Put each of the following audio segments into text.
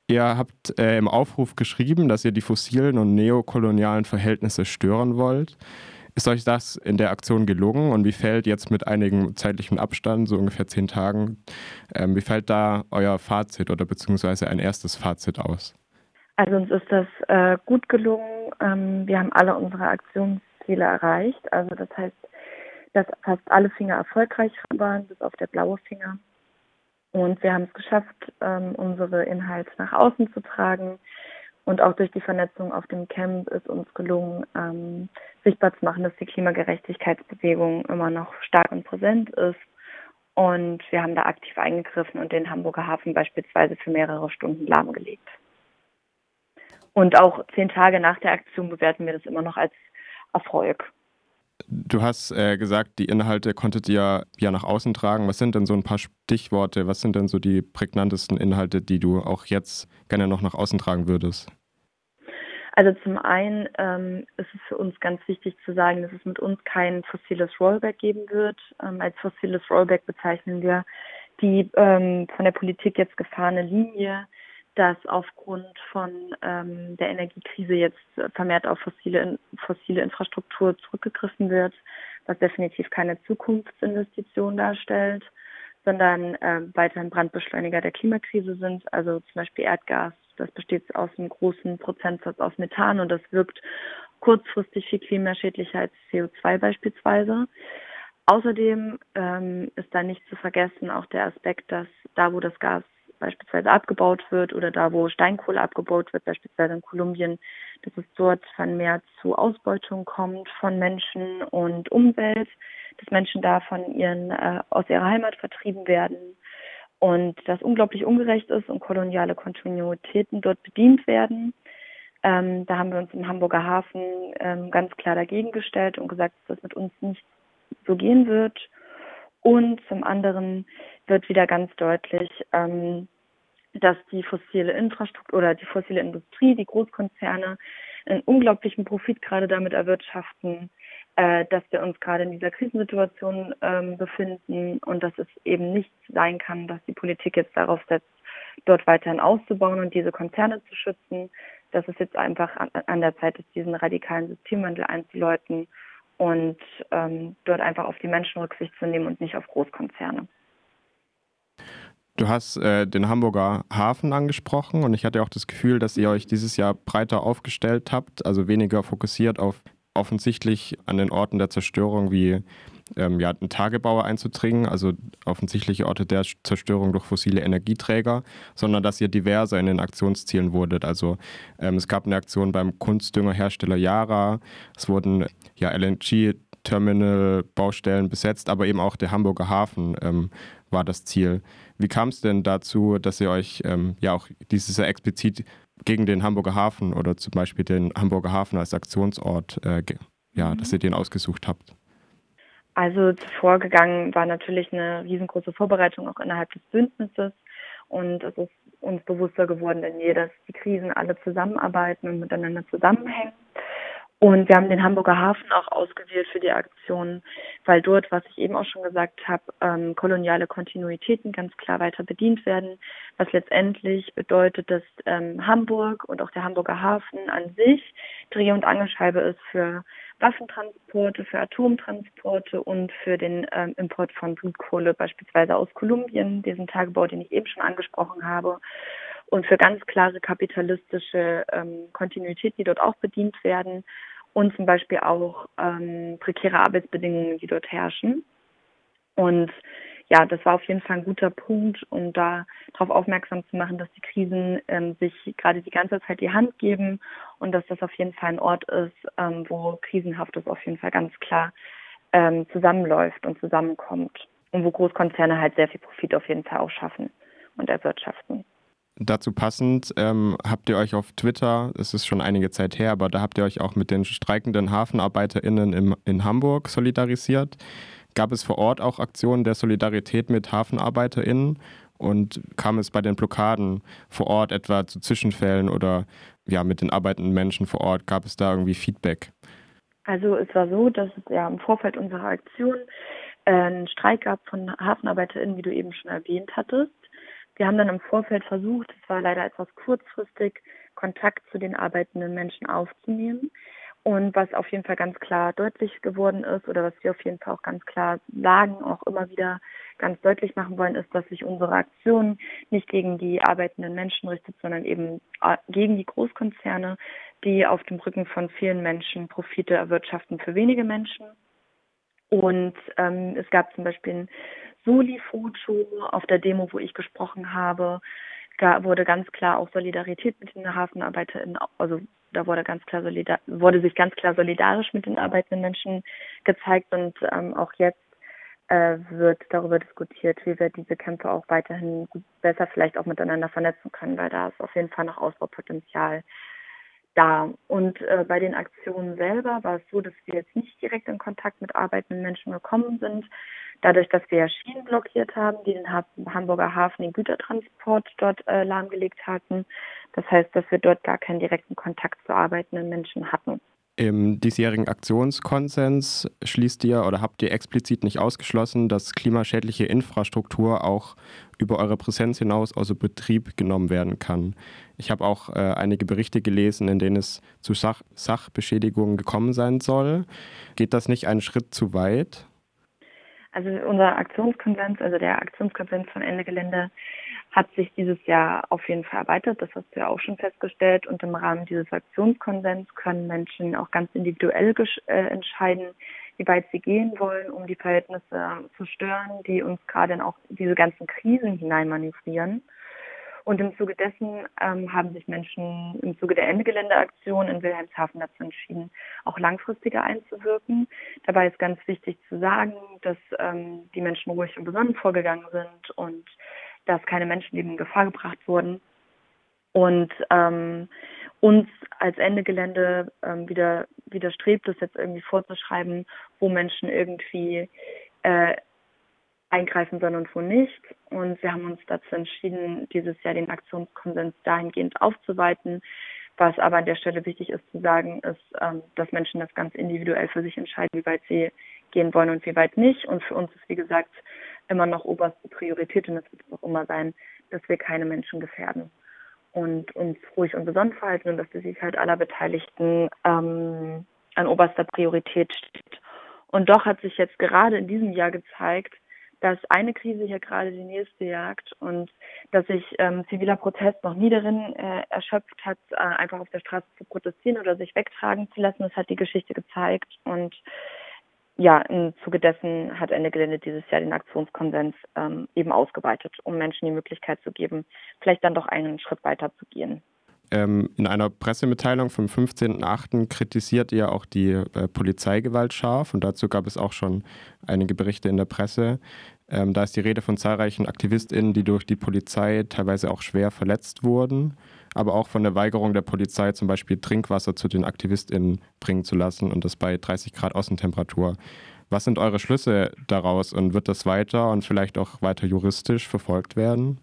Ihr habt im Aufruf geschrieben, dass ihr die fossilen und neokolonialen Verhältnisse stören wollt. Ist euch das in der Aktion gelungen und wie fällt jetzt mit einigem zeitlichem Abstand, so ungefähr 10 Tagen, wie fällt da euer Fazit oder beziehungsweise ein erstes Fazit aus? Also uns ist das gut gelungen. Wir haben alle unsere Aktionsziele erreicht. Also das heißt, dass fast alle Finger erfolgreich waren, bis auf der blaue Finger. Und wir haben es geschafft, unsere Inhalte nach außen zu tragen. Und auch durch die Vernetzung auf dem Camp ist uns gelungen, sichtbar zu machen, dass die Klimagerechtigkeitsbewegung immer noch stark und präsent ist. Und wir haben da aktiv eingegriffen und den Hamburger Hafen beispielsweise für mehrere Stunden lahmgelegt. Und auch 10 Tage nach der Aktion bewerten wir das immer noch als Erfolg. Du hast gesagt, die Inhalte konntet ihr ja nach außen tragen. Was sind denn so ein paar Stichworte? Was sind denn so die prägnantesten Inhalte, die du auch jetzt gerne noch nach außen tragen würdest? Also zum einen ist es für uns ganz wichtig zu sagen, dass es mit uns kein fossiles Rollback geben wird. Als fossiles Rollback bezeichnen wir die von der Politik jetzt gefahrene Linie, dass aufgrund von der Energiekrise jetzt vermehrt auf fossile Infrastruktur zurückgegriffen wird, was definitiv keine Zukunftsinvestition darstellt, sondern weiterhin Brandbeschleuniger der Klimakrise sind, also zum Beispiel Erdgas. Das besteht aus einem großen Prozentsatz aus Methan und das wirkt kurzfristig viel klimaschädlicher als CO2 beispielsweise. Außerdem ist da nicht zu vergessen auch der Aspekt, dass da, wo das Gas beispielsweise abgebaut wird oder da, wo Steinkohle abgebaut wird, beispielsweise in Kolumbien, dass es dort vermehrt zu Ausbeutung kommt von Menschen und Umwelt, dass Menschen da aus ihrer Heimat vertrieben werden und das unglaublich ungerecht ist und koloniale Kontinuitäten dort bedient werden. Da haben wir uns im Hamburger Hafen ganz klar dagegen gestellt und gesagt, dass das mit uns nicht so gehen wird. Und zum anderen wird wieder ganz deutlich, dass die fossile Infrastruktur oder die fossile Industrie, die Großkonzerne einen unglaublichen Profit gerade damit erwirtschaften, dass wir uns gerade in dieser Krisensituation befinden und dass es eben nicht sein kann, dass die Politik jetzt darauf setzt, dort weiterhin auszubauen und diese Konzerne zu schützen. Das ist jetzt einfach an der Zeit ist, diesen radikalen Systemwandel einzuläuten und dort einfach auf die Menschen Rücksicht zu nehmen und nicht auf Großkonzerne. Du hast den Hamburger Hafen angesprochen und ich hatte auch das Gefühl, dass ihr euch dieses Jahr breiter aufgestellt habt, also weniger fokussiert auf offensichtlich an den Orten der Zerstörung wie einen Tagebau einzudringen, also offensichtliche Orte der Zerstörung durch fossile Energieträger, sondern dass ihr diverser in den Aktionszielen wurdet. Also es gab eine Aktion beim Kunstdüngerhersteller Yara, es wurden LNG-Terminal-Baustellen besetzt, aber eben auch der Hamburger Hafen war das Ziel. Wie kam es denn dazu, dass ihr euch auch dieses Jahr explizit gegen den Hamburger Hafen oder zum Beispiel den Hamburger Hafen als Aktionsort, dass ihr den ausgesucht habt? Also zuvor gegangen war natürlich eine riesengroße Vorbereitung auch innerhalb des Bündnisses und es ist uns bewusster geworden denn je, dass die Krisen alle zusammenarbeiten und miteinander zusammenhängen. Und wir haben den Hamburger Hafen auch ausgewählt für die Aktion, weil dort, was ich eben auch schon gesagt habe, koloniale Kontinuitäten ganz klar weiter bedient werden, was letztendlich bedeutet, dass Hamburg und auch der Hamburger Hafen an sich Dreh- und Angelscheibe ist für Waffentransporte, für Atomtransporte und für den Import von Blutkohle, beispielsweise aus Kolumbien, diesen Tagebau, den ich eben schon angesprochen habe, und für ganz klare kapitalistische Kontinuität, die dort auch bedient werden und zum Beispiel auch prekäre Arbeitsbedingungen, die dort herrschen. Und ja, das war auf jeden Fall ein guter Punkt, um da darauf aufmerksam zu machen, dass die Krisen sich gerade die ganze Zeit die Hand geben und dass das auf jeden Fall ein Ort ist, wo Krisenhaftes auf jeden Fall ganz klar zusammenläuft und zusammenkommt und wo Großkonzerne halt sehr viel Profit auf jeden Fall auch schaffen und erwirtschaften. Dazu passend habt ihr euch auf Twitter, es ist schon einige Zeit her, aber da habt ihr euch auch mit den streikenden HafenarbeiterInnen in Hamburg solidarisiert. Gab es vor Ort auch Aktionen der Solidarität mit HafenarbeiterInnen und kam es bei den Blockaden vor Ort etwa zu Zwischenfällen oder mit den arbeitenden Menschen vor Ort, gab es da irgendwie Feedback? Also es war so, dass es ja im Vorfeld unserer Aktion einen Streik gab von HafenarbeiterInnen, wie du eben schon erwähnt hattest. Wir haben dann im Vorfeld versucht, es war leider etwas kurzfristig, Kontakt zu den arbeitenden Menschen aufzunehmen. Und was auf jeden Fall ganz klar deutlich geworden ist oder was wir auf jeden Fall auch ganz klar sagen, auch immer wieder ganz deutlich machen wollen, ist, dass sich unsere Aktion nicht gegen die arbeitenden Menschen richtet, sondern eben gegen die Großkonzerne, die auf dem Rücken von vielen Menschen Profite erwirtschaften für wenige Menschen. Und es gab zum Beispiel ein Soli-Foto auf der Demo, wo ich gesprochen habe. Da wurde ganz klar auch Solidarität mit den HafenarbeiterInnen, also da wurde sich ganz klar solidarisch mit den arbeitenden Menschen gezeigt und auch jetzt wird darüber diskutiert, wie wir diese Kämpfe auch weiterhin besser vielleicht auch miteinander vernetzen können, weil da ist auf jeden Fall noch Ausbaupotenzial da. Und bei den Aktionen selber war es so, dass wir jetzt nicht direkt in Kontakt mit arbeitenden Menschen gekommen sind. Dadurch, dass wir ja Schienen blockiert haben, die den Hamburger Hafen den Gütertransport dort lahmgelegt hatten. Das heißt, dass wir dort gar keinen direkten Kontakt zu arbeitenden Menschen hatten. Im diesjährigen Aktionskonsens schließt ihr oder habt ihr explizit nicht ausgeschlossen, dass klimaschädliche Infrastruktur auch über eure Präsenz hinaus außer Betrieb genommen werden kann. Ich habe auch einige Berichte gelesen, in denen es zu Sachbeschädigungen gekommen sein soll. Geht das nicht einen Schritt zu weit? Also unser Aktionskonsens, also der Aktionskonsens von Ende Gelände, hat sich dieses Jahr auf jeden Fall erweitert. Das hast du ja auch schon festgestellt. Und im Rahmen dieses Aktionskonsens können Menschen auch ganz individuell entscheiden, wie weit sie gehen wollen, um die Verhältnisse zu stören, die uns gerade in auch diese ganzen Krisen hineinmanövrieren. Und im Zuge dessen haben sich Menschen im Zuge der Ende-Gelände-Aktion in Wilhelmshaven dazu entschieden, auch langfristiger einzuwirken. Dabei ist ganz wichtig zu sagen, dass die Menschen ruhig und besonnen vorgegangen sind und dass keine Menschenleben in Gefahr gebracht wurden. Und uns als Ende-Gelände widerstrebt es jetzt irgendwie vorzuschreiben, wo Menschen irgendwie eingreifen sollen und wo nicht. Und wir haben uns dazu entschieden, dieses Jahr den Aktionskonsens dahingehend aufzuweiten. Was aber an der Stelle wichtig ist zu sagen, ist, dass Menschen das ganz individuell für sich entscheiden, wie weit sie gehen wollen und wie weit nicht. Und für uns ist, wie gesagt, immer noch oberste Priorität und das wird es auch immer sein, dass wir keine Menschen gefährden und uns ruhig und besonnen verhalten und dass die Sicherheit aller Beteiligten an oberster Priorität steht. Und doch hat sich jetzt gerade in diesem Jahr gezeigt, dass eine Krise hier gerade die nächste jagt und dass sich ziviler Protest noch nie darin erschöpft hat, einfach auf der Straße zu protestieren oder sich wegtragen zu lassen. Das hat die Geschichte gezeigt. Und ja, im Zuge dessen hat Ende Gelände dieses Jahr den Aktionskonsens eben ausgeweitet, um Menschen die Möglichkeit zu geben, vielleicht dann doch einen Schritt weiter zu gehen. In einer Pressemitteilung vom 15.08. kritisiert ihr auch die Polizeigewalt scharf und dazu gab es auch schon einige Berichte in der Presse. Da ist die Rede von zahlreichen AktivistInnen, die durch die Polizei teilweise auch schwer verletzt wurden, aber auch von der Weigerung der Polizei, zum Beispiel Trinkwasser zu den AktivistInnen bringen zu lassen und das bei 30 Grad Außentemperatur. Was sind eure Schlüsse daraus und wird das weiter und vielleicht auch weiter juristisch verfolgt werden?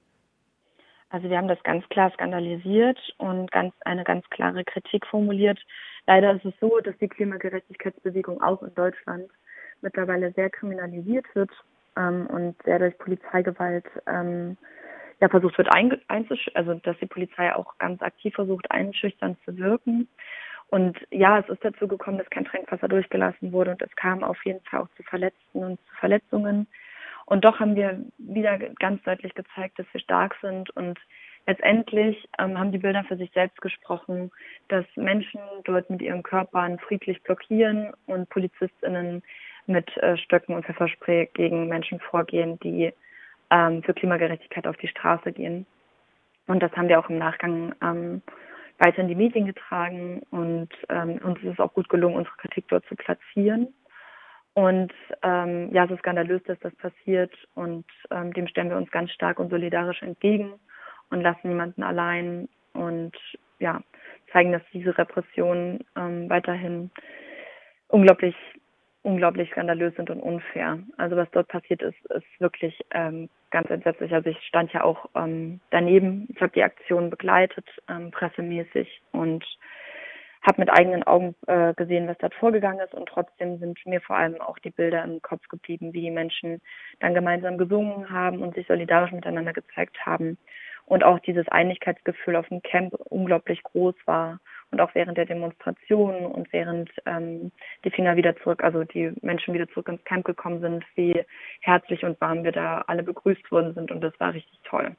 Also wir haben das ganz klar skandalisiert und eine ganz klare Kritik formuliert. Leider ist es so, dass die Klimagerechtigkeitsbewegung auch in Deutschland mittlerweile sehr kriminalisiert wird und sehr durch Polizeigewalt versucht wird also dass die Polizei auch ganz aktiv versucht, einschüchternd zu wirken. Und ja, es ist dazu gekommen, dass kein Trinkwasser durchgelassen wurde und es kam auf jeden Fall auch zu Verletzten und zu Verletzungen. Und doch haben wir wieder ganz deutlich gezeigt, dass wir stark sind und letztendlich haben die Bilder für sich selbst gesprochen, dass Menschen dort mit ihren Körpern friedlich blockieren und PolizistInnen mit Stöcken und Pfefferspray gegen Menschen vorgehen, die für Klimagerechtigkeit auf die Straße gehen. Und das haben wir auch im Nachgang weiter in die Medien getragen und uns ist es auch gut gelungen, unsere Kritik dort zu platzieren. Und es ist skandalös, dass das passiert und dem stellen wir uns ganz stark und solidarisch entgegen und lassen niemanden allein und ja, zeigen, dass diese Repressionen weiterhin unglaublich, unglaublich skandalös sind und unfair. Also was dort passiert ist, ist wirklich ganz entsetzlich. Also ich stand ja auch daneben, ich habe die Aktion begleitet, pressemäßig und habe mit eigenen Augen gesehen, was dort vorgegangen ist, und trotzdem sind mir vor allem auch die Bilder im Kopf geblieben, wie die Menschen dann gemeinsam gesungen haben und sich solidarisch miteinander gezeigt haben. Und auch dieses Einigkeitsgefühl auf dem Camp unglaublich groß war. Und auch während der Demonstrationen und während die Finger wieder zurück, also die Menschen wieder zurück ins Camp gekommen sind, wie herzlich und warm wir da alle begrüßt worden sind. Und das war richtig toll.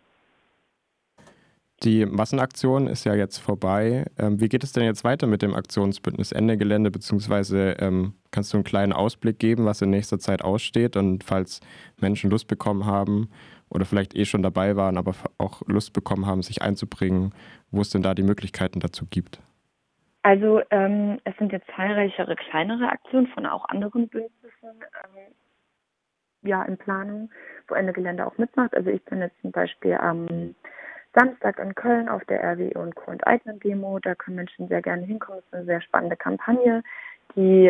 Die Massenaktion ist ja jetzt vorbei. Wie geht es denn jetzt weiter mit dem Aktionsbündnis Ende Gelände, beziehungsweise kannst du einen kleinen Ausblick geben, was in nächster Zeit aussteht, und falls Menschen Lust bekommen haben oder vielleicht schon dabei waren, aber auch Lust bekommen haben, sich einzubringen, wo es denn da die Möglichkeiten dazu gibt? Also es sind jetzt zahlreichere kleinere Aktionen von auch anderen Bündnissen in Planung, wo Ende Gelände auch mitmacht. Also ich bin jetzt zum Beispiel am Samstag in Köln auf der RWE und Co. enteignen Demo. Da können Menschen sehr gerne hinkommen. Es ist eine sehr spannende Kampagne, die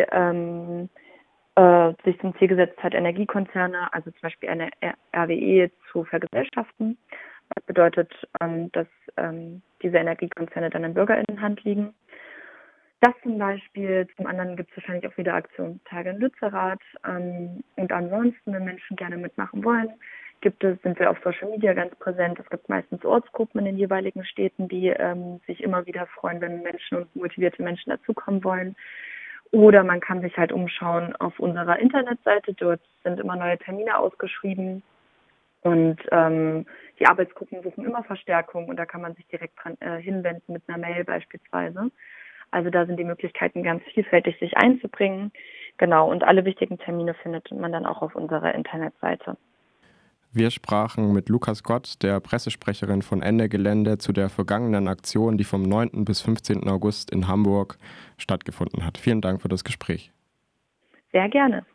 sich zum Ziel gesetzt hat, Energiekonzerne, also zum Beispiel eine RWE, zu vergesellschaften. Das bedeutet, dass diese Energiekonzerne dann in BürgerInnenhand liegen. Das zum Beispiel. Zum anderen gibt es wahrscheinlich auch wieder Aktionstage in Lützerath. Und ansonsten, wenn Menschen gerne mitmachen wollen, sind wir auf Social Media ganz präsent. Es gibt meistens Ortsgruppen in den jeweiligen Städten, die sich immer wieder freuen, wenn Menschen und motivierte Menschen dazukommen wollen. Oder man kann sich halt umschauen auf unserer Internetseite. Dort sind immer neue Termine ausgeschrieben. Und die Arbeitsgruppen suchen immer Verstärkung, und da kann man sich direkt dran hinwenden mit einer Mail beispielsweise. Also da sind die Möglichkeiten ganz vielfältig, sich einzubringen. Genau, und alle wichtigen Termine findet man dann auch auf unserer Internetseite. Wir sprachen mit Lukas Gott, der Pressesprecherin von Ende Gelände, zu der vergangenen Aktion, die vom 9. bis 15. August in Hamburg stattgefunden hat. Vielen Dank für das Gespräch. Sehr gerne.